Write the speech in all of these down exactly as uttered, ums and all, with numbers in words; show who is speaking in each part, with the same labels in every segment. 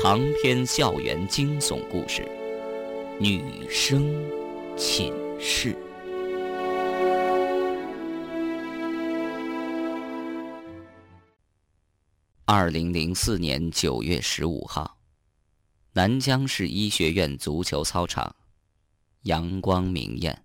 Speaker 1: 长篇校园惊悚故事，女生寝室。二零零四年九月十五号，南江市医学院足球操场，阳光明艳。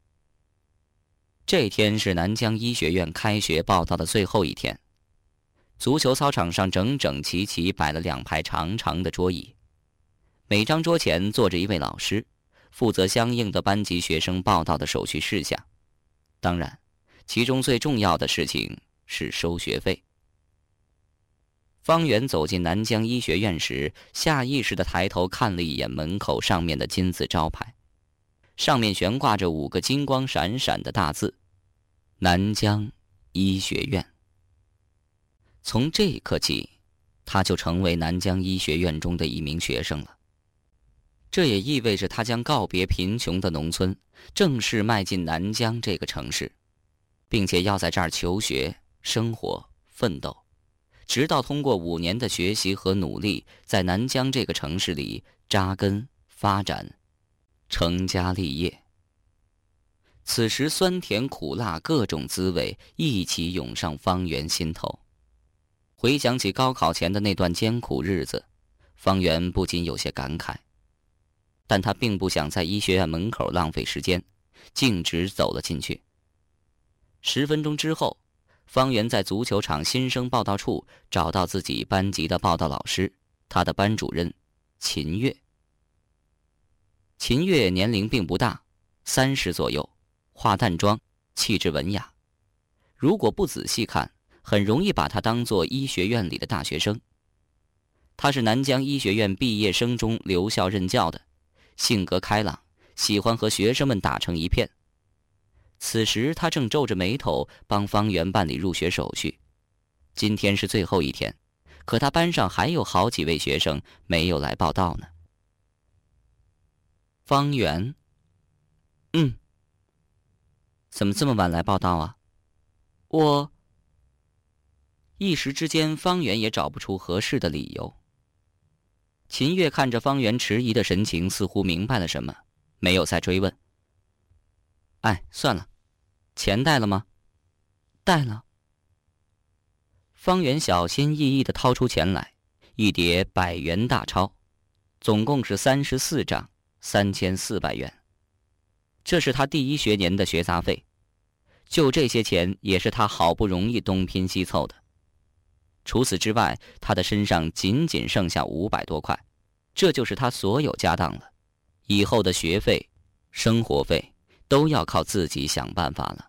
Speaker 1: 这天是南江医学院开学报到的最后一天。足球操场上整整齐齐摆了两排长长的桌椅，每张桌前坐着一位老师，负责相应的班级学生报到的手续事项。当然，其中最重要的事情是收学费。方圆走进南江医学院时，下意识地抬头看了一眼门口上面的金字招牌，上面悬挂着五个金光闪闪的大字：南江医学院。从这一刻起，他就成为南江医学院中的一名学生了。这也意味着他将告别贫穷的农村，正式迈进南江这个城市，并且要在这儿求学、生活、奋斗，直到通过五年的学习和努力，在南江这个城市里扎根发展，成家立业。此时酸甜苦辣各种滋味一起涌上方圆心头。回想起高考前的那段艰苦日子，方圆不禁有些感慨，但他并不想在医学院门口浪费时间，径直走了进去。十分钟之后，方圆在足球场新生报到处找到自己班级的报到老师，他的班主任秦月。秦月年龄并不大，三十左右，化淡妆，气质文雅。如果不仔细看，很容易把他当作医学院里的大学生。他是南江医学院毕业生中留校任教的，性格开朗，喜欢和学生们打成一片。此时他正皱着眉头帮方圆办理入学手续。今天是最后一天，可他班上还有好几位学生没有来报到呢。方圆，嗯，怎么这么晚来报到啊？我一时之间，方圆也找不出合适的理由。秦月看着方圆迟疑的神情，似乎明白了什么，没有再追问。哎，算了，钱带了吗？带了。方圆小心翼翼地掏出钱来，一叠百元大钞，总共是三十四张，三千四百元。这是他第一学年的学杂费，就这些钱也是他好不容易东拼西凑的。除此之外，他的身上仅仅剩下五百多块，这就是他所有家当了。以后的学费、生活费都要靠自己想办法了。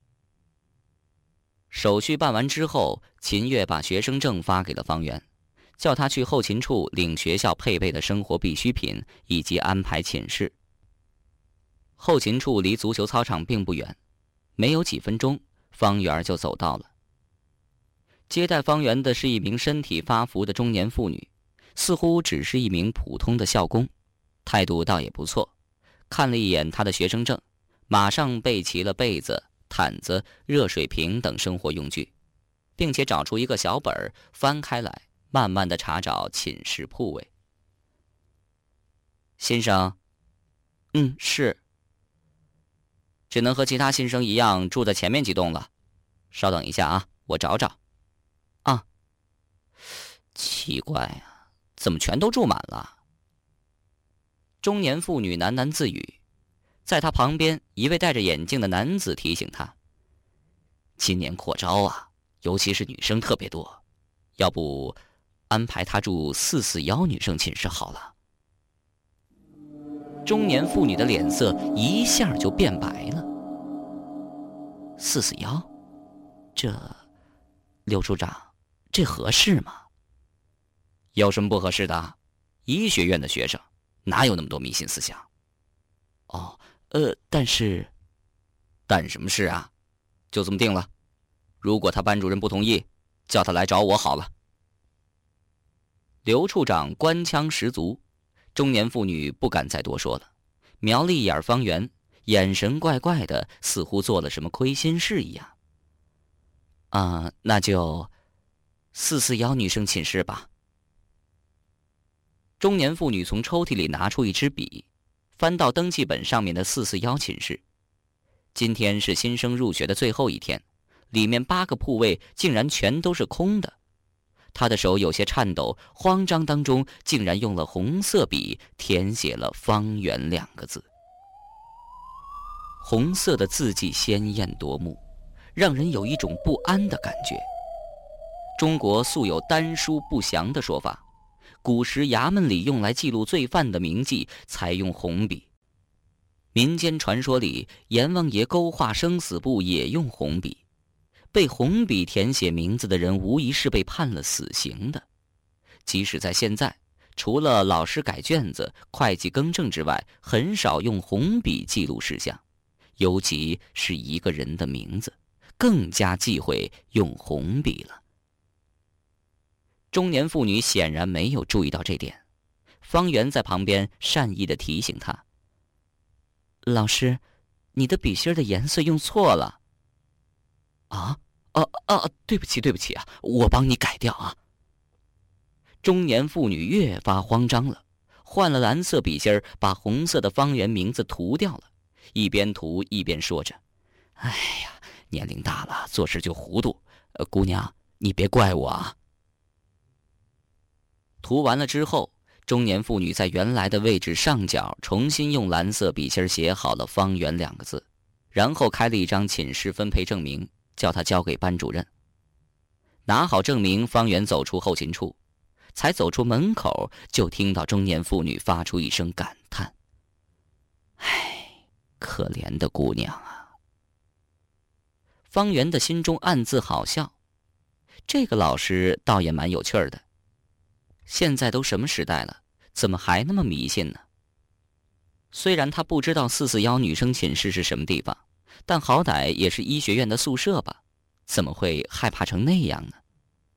Speaker 1: 手续办完之后，秦月把学生证发给了方圆，叫他去后勤处领学校配备的生活必需品以及安排寝室。后勤处离足球操场并不远，没有几分钟，方圆就走到了。接待方圆的是一名身体发福的中年妇女，似乎只是一名普通的校工，态度倒也不错。看了一眼他的学生证，马上备齐了被子、毯子、热水瓶等生活用具，并且找出一个小本儿，翻开来，慢慢地查找寝室铺位。先生，嗯，是。只能和其他新生一样住在前面几栋了。稍等一下啊，我找找。啊，奇怪啊，怎么全都住满了？中年妇女喃喃自语，在她旁边，一位戴着眼镜的男子提醒她：今年扩招啊，尤其是女生特别多，要不安排她住四四幺女生寝室好了。中年妇女的脸色一下就变白了。四四幺，这，刘处长，这合适吗？有什么不合适的？医学院的学生哪有那么多迷信思想？哦，呃，但是，但什么事啊？就这么定了。如果他班主任不同意，叫他来找我好了。刘处长官腔十足，中年妇女不敢再多说了，瞄了一眼方圆，眼神怪怪的，似乎做了什么亏心事一样。啊，那就四四幺女生寝室吧。 中年妇女从抽屉里拿出一支笔，翻到登记本上面的四四一寝室。今天是新生入学的最后一天，里面八个铺位竟然全都是空的。她的手有些颤抖，慌张当中竟然用了红色笔填写了方圆两个字。红色的字迹鲜艳夺目，让人有一种不安的感觉。中国素有丹书不详的说法，古时衙门里用来记录罪犯的名迹采用红笔。民间传说里，阎王爷勾画生死簿也用红笔。被红笔填写名字的人无疑是被判了死刑的。即使在现在，除了老师改卷子、会计更正之外，很少用红笔记录事项，尤其是一个人的名字，更加忌讳用红笔了。中年妇女显然没有注意到这点，方圆在旁边善意地提醒她：“老师，你的笔芯的颜色用错了。”“啊？啊啊！对不起，对不起啊，我帮你改掉啊。”中年妇女越发慌张了，换了蓝色笔芯，把红色的方圆名字涂掉了，一边涂一边说着：“哎呀，年龄大了，做事就糊涂。呃，姑娘，你别怪我啊。”涂完了之后，中年妇女在原来的位置上角重新用蓝色笔芯写好了方圆两个字，然后开了一张寝室分配证明，叫他交给班主任。拿好证明，方圆走出后勤处，才走出门口，就听到中年妇女发出一声感叹：“唉，可怜的姑娘啊。”方圆的心中暗自好笑，这个老师倒也蛮有趣儿的。现在都什么时代了，怎么还那么迷信呢？虽然他不知道四四一女生寝室是什么地方，但好歹也是医学院的宿舍吧，怎么会害怕成那样呢？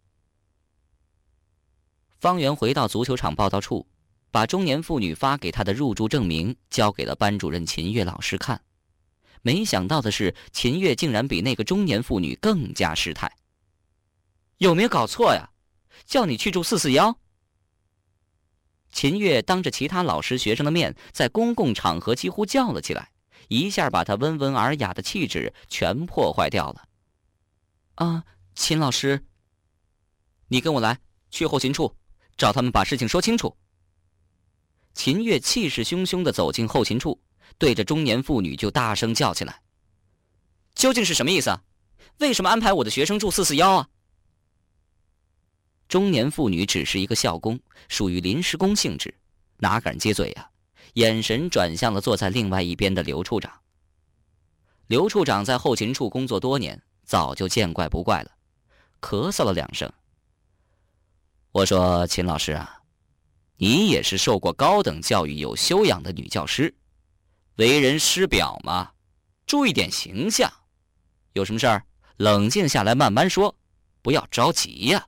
Speaker 1: 方圆回到足球场报到处，把中年妇女发给他的入住证明交给了班主任秦月老师看。没想到的是，秦月竟然比那个中年妇女更加失态。“有没有搞错呀？叫你去住四四一。”秦月当着其他老师学生的面，在公共场合几乎叫了起来，一下把他温文尔雅的气质全破坏掉了。“啊，秦老师，你跟我来，去后勤处，找他们把事情说清楚。”秦月气势汹汹地走进后勤处，对着中年妇女就大声叫起来：“究竟是什么意思啊？为什么安排我的学生住四四一啊？”中年妇女只是一个校工，属于临时工性质，哪敢接嘴啊？眼神转向了坐在另外一边的刘处长。刘处长在后勤处工作多年，早就见怪不怪了，咳嗽了两声。“我说秦老师啊，你也是受过高等教育、有修养的女教师，为人师表嘛，注意点形象。有什么事儿，冷静下来慢慢说，不要着急呀。”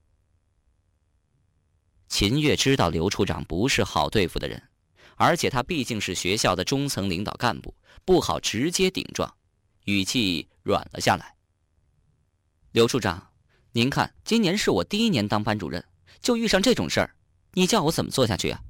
Speaker 1: 秦月知道刘处长不是好对付的人，而且他毕竟是学校的中层领导干部，不好直接顶撞，语气软了下来。“刘处长，您看，今年是我第一年当班主任，就遇上这种事儿，你叫我怎么做下去啊？”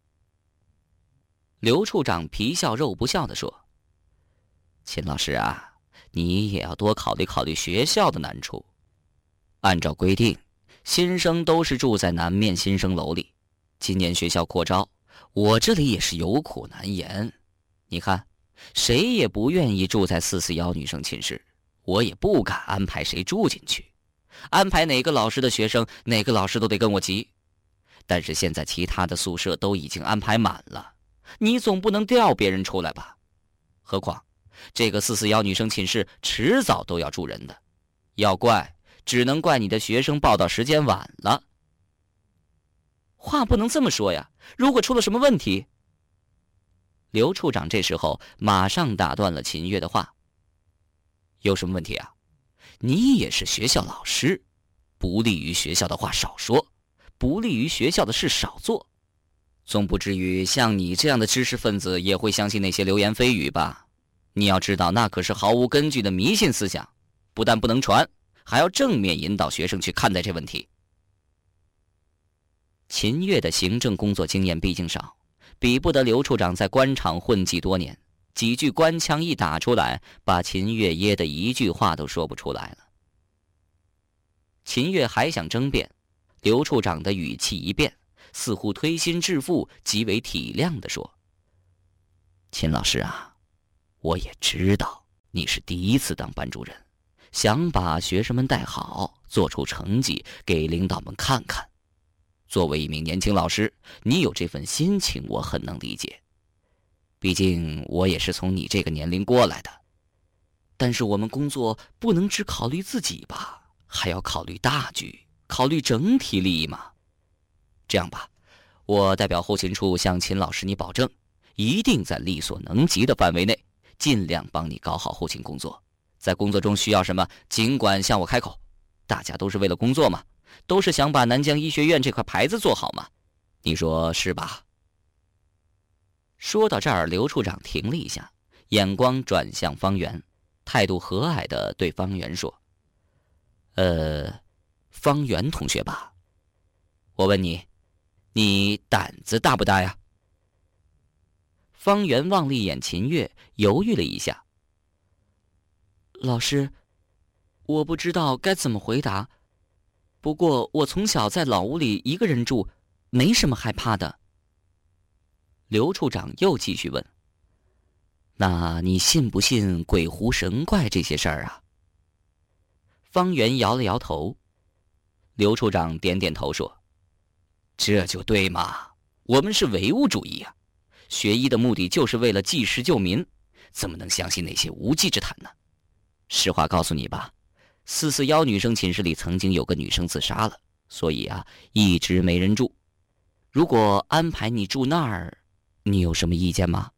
Speaker 1: 刘处长皮笑肉不笑地说：“秦老师啊，你也要多考虑考虑学校的难处。按照规定，新生都是住在南面新生楼里，今年学校扩招，我这里也是有苦难言。你看，谁也不愿意住在四四一女生寝室，我也不敢安排谁住进去。安排哪个老师的学生，哪个老师都得跟我急。但是现在其他的宿舍都已经安排满了，你总不能调别人出来吧？何况这个四四一女生寝室迟早都要住人的，要怪只能怪你的学生报到时间晚了。”“话不能这么说呀，如果出了什么问题……”刘处长这时候马上打断了秦月的话。“有什么问题啊？你也是学校老师，不利于学校的话少说，不利于学校的事少做，总不至于像你这样的知识分子也会相信那些流言蜚语吧？你要知道，那可是毫无根据的迷信思想，不但不能传，还要正面引导学生去看待这问题。” 秦越的行政工作经验毕竟少，比不得刘处长在官场混迹多年，几句官腔一打出来，把秦越噎得一句话都说不出来了。秦越还想争辩，刘处长的语气一变，似乎推心置腹，极为体谅地说：“秦老师啊，我也知道你是第一次当班主任，想把学生们带好，做出成绩给领导们看看。作为一名年轻老师，你有这份心情我很能理解，毕竟我也是从你这个年龄过来的。但是我们工作不能只考虑自己吧，还要考虑大局，考虑整体利益嘛。这样吧，我代表后勤处向秦老师你保证，一定在力所能及的范围内，尽量帮你搞好后勤工作。在工作中需要什么，尽管向我开口。大家都是为了工作嘛，都是想把南疆医学院这块牌子做好嘛，你说是吧？”说到这儿，刘处长停了一下，眼光转向方圆，态度和蔼地对方圆说：“呃，方圆同学吧，我问你，你胆子大不大呀？”方圆望了一眼秦越，犹豫了一下：“老师，我不知道该怎么回答。不过我从小在老屋里一个人住，没什么害怕的。”刘处长又继续问：“那你信不信鬼狐神怪这些事儿啊？”方圆摇了摇头。刘处长点点头说：“这就对嘛，我们是唯物主义啊，学医的目的就是为了济世救民，怎么能相信那些无稽之谈呢？实话告诉你吧，四四幺女生寝室里曾经有个女生自杀了，所以啊，一直没人住。如果安排你住那儿，你有什么意见吗？”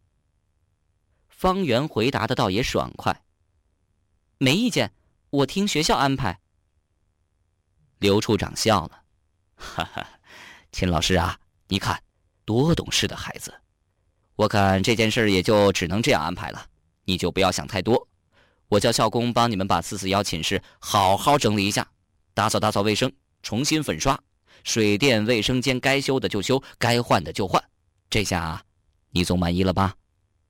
Speaker 1: 方圆回答的倒也爽快：“没意见，我听学校安排。”刘处长笑了：“哈哈，秦老师啊，你看，多懂事的孩子。我看这件事也就只能这样安排了，你就不要想太多。我叫校工帮你们把四四幺寝室好好整理一下，打扫打扫卫生，重新粉刷，水电卫生间该修的就修，该换的就换。这下啊，你总满意了吧？”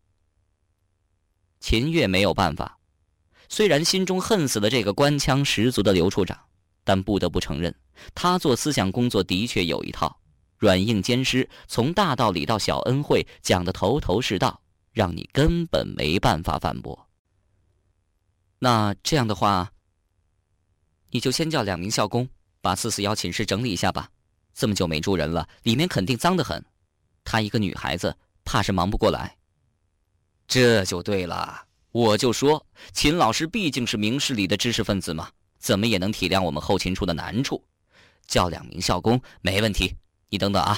Speaker 1: 秦越没有办法，虽然心中恨死了这个官腔十足的刘处长，但不得不承认，他做思想工作的确有一套，软硬兼施，从大道理到小恩惠，讲得头头是道，让你根本没办法反驳。那这样的话，你就先叫两名校工把四四幺寝室整理一下吧，这么久没住人了，里面肯定脏得很，她一个女孩子怕是忙不过来。这就对了，我就说秦老师毕竟是明事理的知识分子嘛，怎么也能体谅我们后勤处的难处，叫两名校工没问题。你等等啊。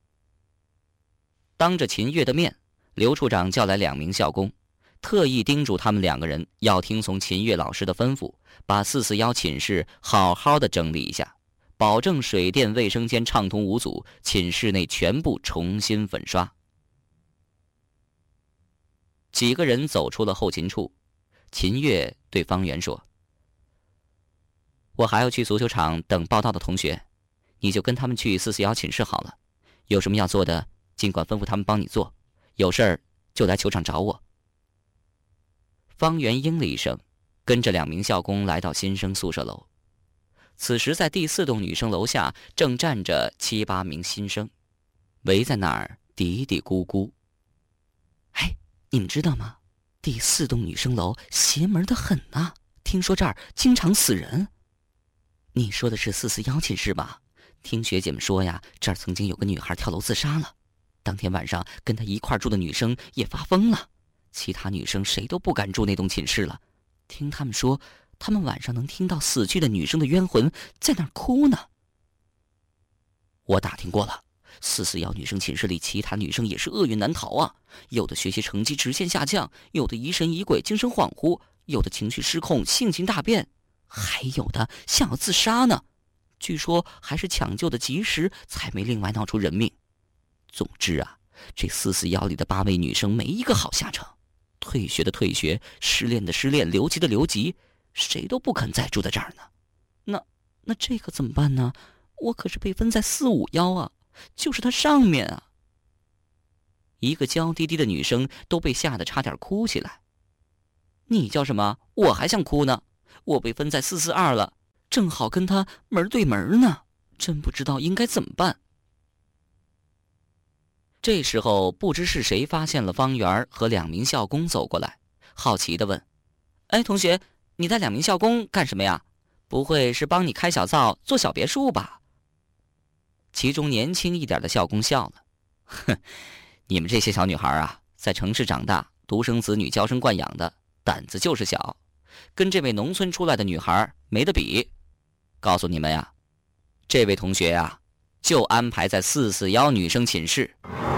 Speaker 1: 当着秦越的面，刘处长叫来两名校工，特意叮嘱他们两个人要听从秦越老师的吩咐，把四四幺寝室好好的整理一下，保证水电卫生间畅通无阻，寝室内全部重新粉刷。几个人走出了后勤处，秦越对方圆说：“我还要去足球场等报到的同学，你就跟他们去四四幺寝室好了，有什么要做的尽管吩咐他们帮你做，有事儿就来球场找我。”方圆应了一声，跟着两名校工来到新生宿舍楼。此时在第四栋女生楼下正站着七八名新生，围在那儿嘀嘀咕咕：“哎，你们知道吗？第四栋女生楼邪门的很啊，听说这儿经常死人。”“你说的是四四幺寝室吧？听学姐们说呀，这儿曾经有个女孩跳楼自杀了，当天晚上跟她一块住的女生也发疯了，其他女生谁都不敢住那栋寝室了。听他们说，他们晚上能听到死去的女生的冤魂在那儿哭呢。”“我打听过了，四四幺女生寝室里其他女生也是厄运难逃啊，有的学习成绩直线下降，有的疑神疑鬼精神恍惚，有的情绪失控性情大变，还有的想要自杀呢，据说还是抢救的及时，才没另外闹出人命。总之啊，这四四幺里的八位女生没一个好下场，退学的退学，失恋的失恋，留级的留级，谁都不肯再住在这儿呢。那那这可怎么办呢？ 我可是被分在四五幺啊，就是它上面啊。一个娇滴滴的女生都被吓得差点哭起来。你叫什么？我还想哭呢。我被分在四四二了，正好跟他门对门呢，真不知道应该怎么办。这时候不知是谁发现了方圆和两名校工走过来，好奇地问：哎，同学，你带两名校工干什么呀？不会是帮你开小灶做小别墅吧？其中年轻一点的校工笑了：哼，你们这些小女孩啊，在城市长大，独生子女娇生惯养的，胆子就是小，跟这位农村出来的女孩没得比。告诉你们呀，这位同学呀，就安排在四四幺女生寝室。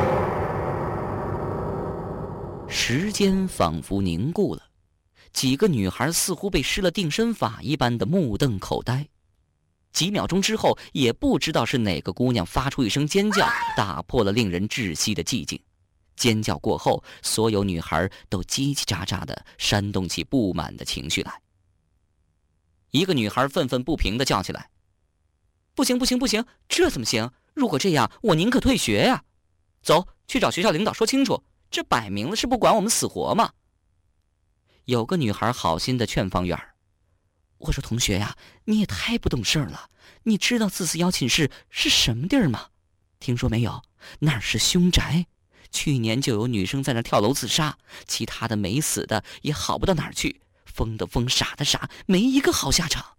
Speaker 1: 时间仿佛凝固了，几个女孩似乎被施了定身法一般的目瞪口呆。几秒钟之后，也不知道是哪个姑娘发出一声尖叫，打破了令人窒息的寂静。尖叫过后，所有女孩都叽叽喳喳地煽动起不满的情绪来。一个女孩愤愤不平地叫起来：不行不行不行，这怎么行？如果这样，我宁可退学呀！走，去找学校领导说清楚，这摆明了是不管我们死活嘛。有个女孩好心地劝方圆：我说同学呀，你也太不懂事了，你知道四四幺寝室是什么地儿吗？听说没有？那儿是凶宅，去年就有女生在那儿跳楼自杀，其他的没死的也好不到哪儿去，疯的疯，傻的傻，没一个好下场。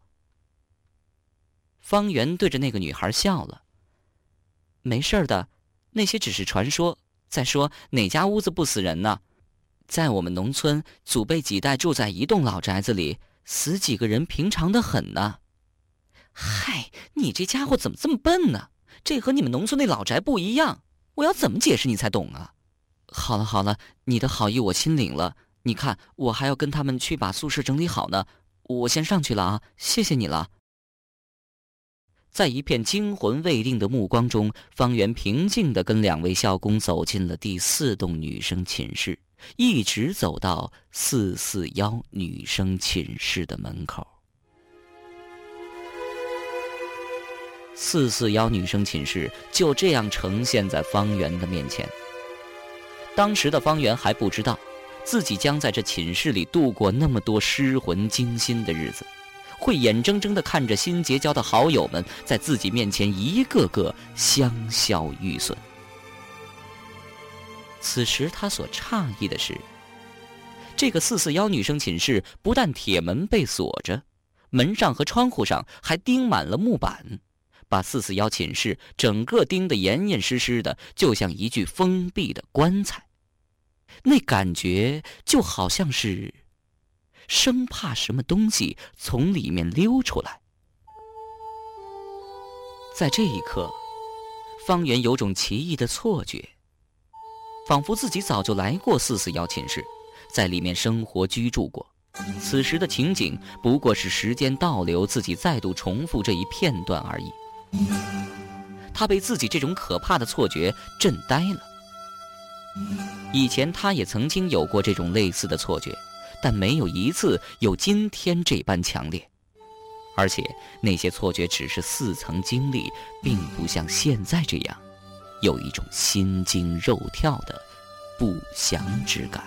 Speaker 1: 方圆对着那个女孩笑了：没事的，那些只是传说，再说哪家屋子不死人呢？在我们农村，祖辈几代住在一栋老宅子里，死几个人平常的很呢。嗨，你这家伙怎么这么笨呢？这和你们农村那老宅不一样，我要怎么解释你才懂啊？好了好了，你的好意我心领了，你看我还要跟他们去把宿舍整理好呢，我先上去了啊，谢谢你了。在一片惊魂未定的目光中，方圆平静地跟两位校工走进了第四栋女生寝室，一直走到四四幺女生寝室的门口。四四幺女生寝室就这样呈现在方圆的面前。当时的方圆还不知道，自己将在这寝室里度过那么多失魂惊心的日子，会眼睁睁地看着新结交的好友们在自己面前一个个香消玉损。此时他所诧异的是，这个四四幺女生寝室不但铁门被锁着，门上和窗户上还钉满了木板，把四四幺寝室整个钉得严严实实的，就像一具封闭的棺材。那感觉就好像是生怕什么东西从里面溜出来。在这一刻，方圆有种奇异的错觉，仿佛自己早就来过四四幺寝室，在里面生活居住过。此时的情景不过是时间倒流，自己再度重复这一片段而已。他被自己这种可怕的错觉震呆了。以前他也曾经有过这种类似的错觉，但没有一次有今天这般强烈。而且那些错觉只是似曾经历，并不像现在这样有一种心惊肉跳的不祥之感。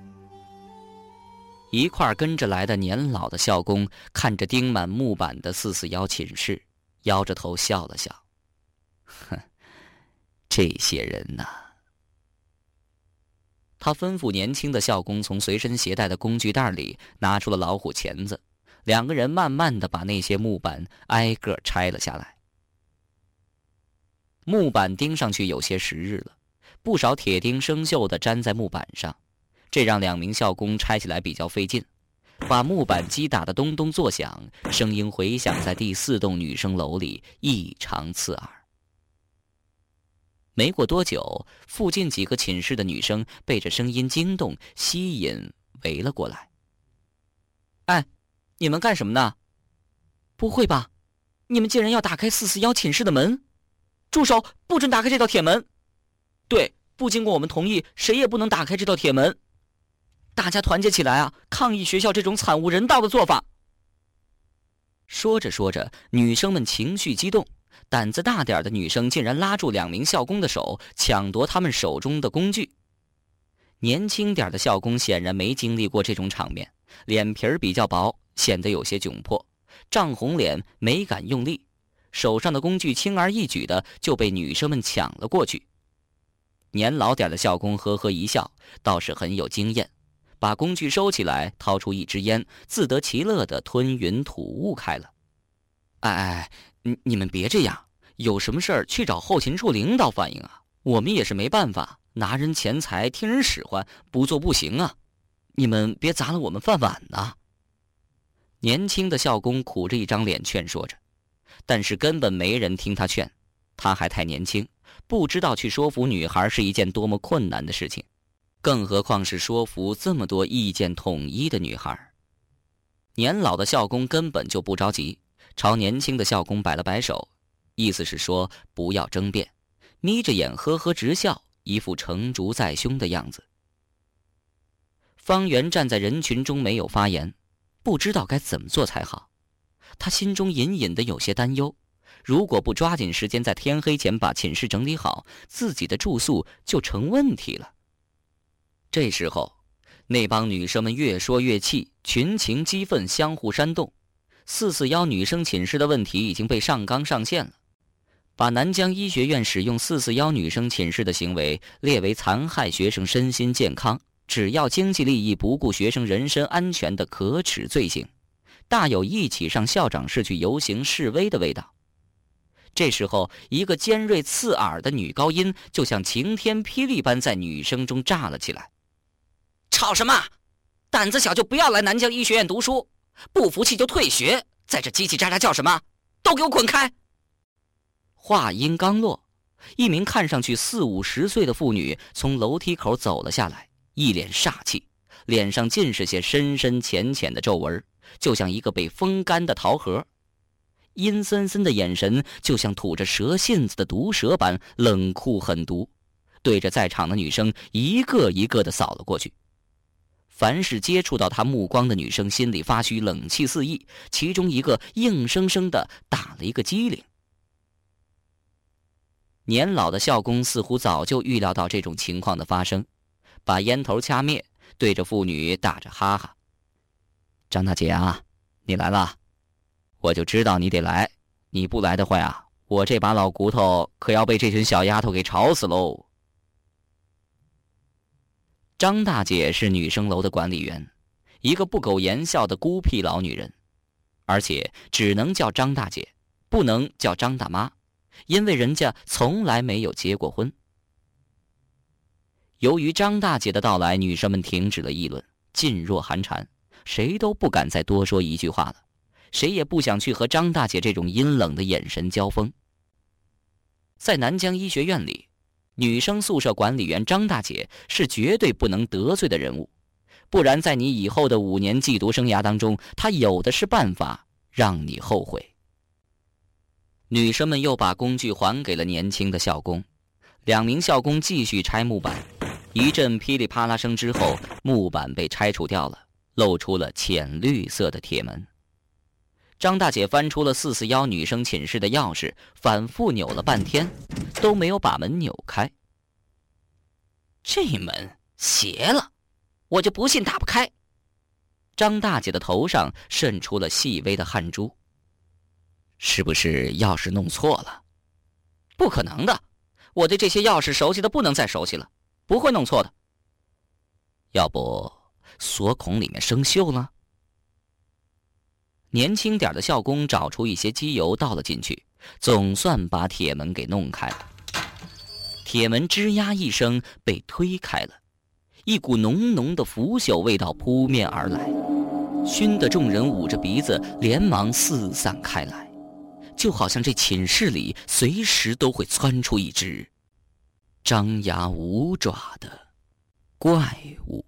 Speaker 1: 一块跟着来的年老的校工看着钉满木板的四四幺寝室，摇着头笑了笑：哼，这些人呐、啊。他吩咐年轻的校工从随身携带的工具袋里拿出了老虎钳子，两个人慢慢地把那些木板挨个拆了下来。木板钉上去有些时日了，不少铁钉生锈地粘在木板上，这让两名校工拆起来比较费劲，把木板击打得咚咚作响，声音回响在第四栋女生楼里，异常刺耳。没过多久，附近几个寝室的女生被这声音惊动，吸引围了过来。哎，你们干什么呢？不会吧，你们竟然要打开四四幺寝室的门？住手，不准打开这道铁门！对，不经过我们同意，谁也不能打开这道铁门。大家团结起来啊，抗议学校这种惨无人道的做法。说着说着，女生们情绪激动， 胆子大点的女生竟然拉住两名校工的手，抢夺他们手中的工具。年轻点的校工显然没经历过这种场面，脸皮儿比较薄，显得有些窘迫，涨红脸没敢用力，手上的工具轻而易举的就被女生们抢了过去。年老点的校工呵呵一笑，倒是很有经验，把工具收起来，掏出一支烟，自得其乐地吞云吐雾开了。哎哎，你你们别这样，有什么事儿去找后勤处领导反映啊，我们也是没办法，拿人钱财听人使唤，不做不行啊，你们别砸了我们饭碗呐。年轻的校工苦着一张脸劝说着，但是根本没人听他劝，他还太年轻，不知道去说服女孩是一件多么困难的事情，更何况是说服这么多意见统一的女孩。年老的校工根本就不着急，朝年轻的校工摆了摆手，意思是说不要争辩，眯着眼呵呵直笑，一副成竹在胸的样子。方圆站在人群中没有发言，不知道该怎么做才好。他心中隐隐的有些担忧，如果不抓紧时间在天黑前把寝室整理好，自己的住宿就成问题了。这时候，那帮女生们越说越气，群情激愤，相互煽动。四四一女生寝室的问题已经被上纲上线了，把南江医学院使用四四一女生寝室的行为列为残害学生身心健康，只要经济利益不顾学生人身安全的可耻罪行，大有一起上校长室去游行示威的味道。这时候，一个尖锐刺耳的女高音就像晴天霹雳般在女生中炸了起来。吵什么？胆子小就不要来南江医学院读书，不服气就退学，在这叽叽喳喳叫什么？都给我滚开！话音刚落，一名看上去四五十岁的妇女从楼梯口走了下来，一脸煞气，脸上尽是些深深浅浅的皱纹，就像一个被风干的桃核，阴森森的眼神就像吐着蛇信子的毒蛇般冷酷狠毒，对着在场的女生一个一个地扫了过去。凡是接触到他目光的女生心里发虚，冷气四溢，其中一个硬生生地打了一个激灵。年老的校工似乎早就预料到这种情况的发生，把烟头掐灭，对着妇女打着哈哈：张大姐啊，你来了，我就知道你得来，你不来的话呀，我这把老骨头可要被这群小丫头给吵死喽。张大姐是女生楼的管理员，一个不苟言笑的孤僻老女人，而且只能叫张大姐，不能叫张大妈，因为人家从来没有结过婚。由于张大姐的到来，女生们停止了议论，噤若寒蝉，谁都不敢再多说一句话了，谁也不想去和张大姐这种阴冷的眼神交锋。在南江医学院里，女生宿舍管理员张大姐是绝对不能得罪的人物，不然在你以后的五年寄读生涯当中，她有的是办法让你后悔。女生们又把工具还给了年轻的校工，两名校工继续拆木板，一阵噼里啪啦声之后，木板被拆除掉了，露出了浅绿色的铁门。张大姐翻出了四四一女生寝室的钥匙，反复扭了半天，都没有把门扭开。这门邪了，我就不信打不开。张大姐的头上渗出了细微的汗珠。是不是钥匙弄错了？不可能的，我对这些钥匙熟悉的不能再熟悉了，不会弄错的。要不锁孔里面生锈了？年轻点的校工找出一些机油倒了进去，总算把铁门给弄开了。铁门吱呀一声被推开了，一股浓浓的腐朽味道扑面而来，熏得众人捂着鼻子连忙四散开来，就好像这寝室里随时都会窜出一只张牙舞爪的怪物。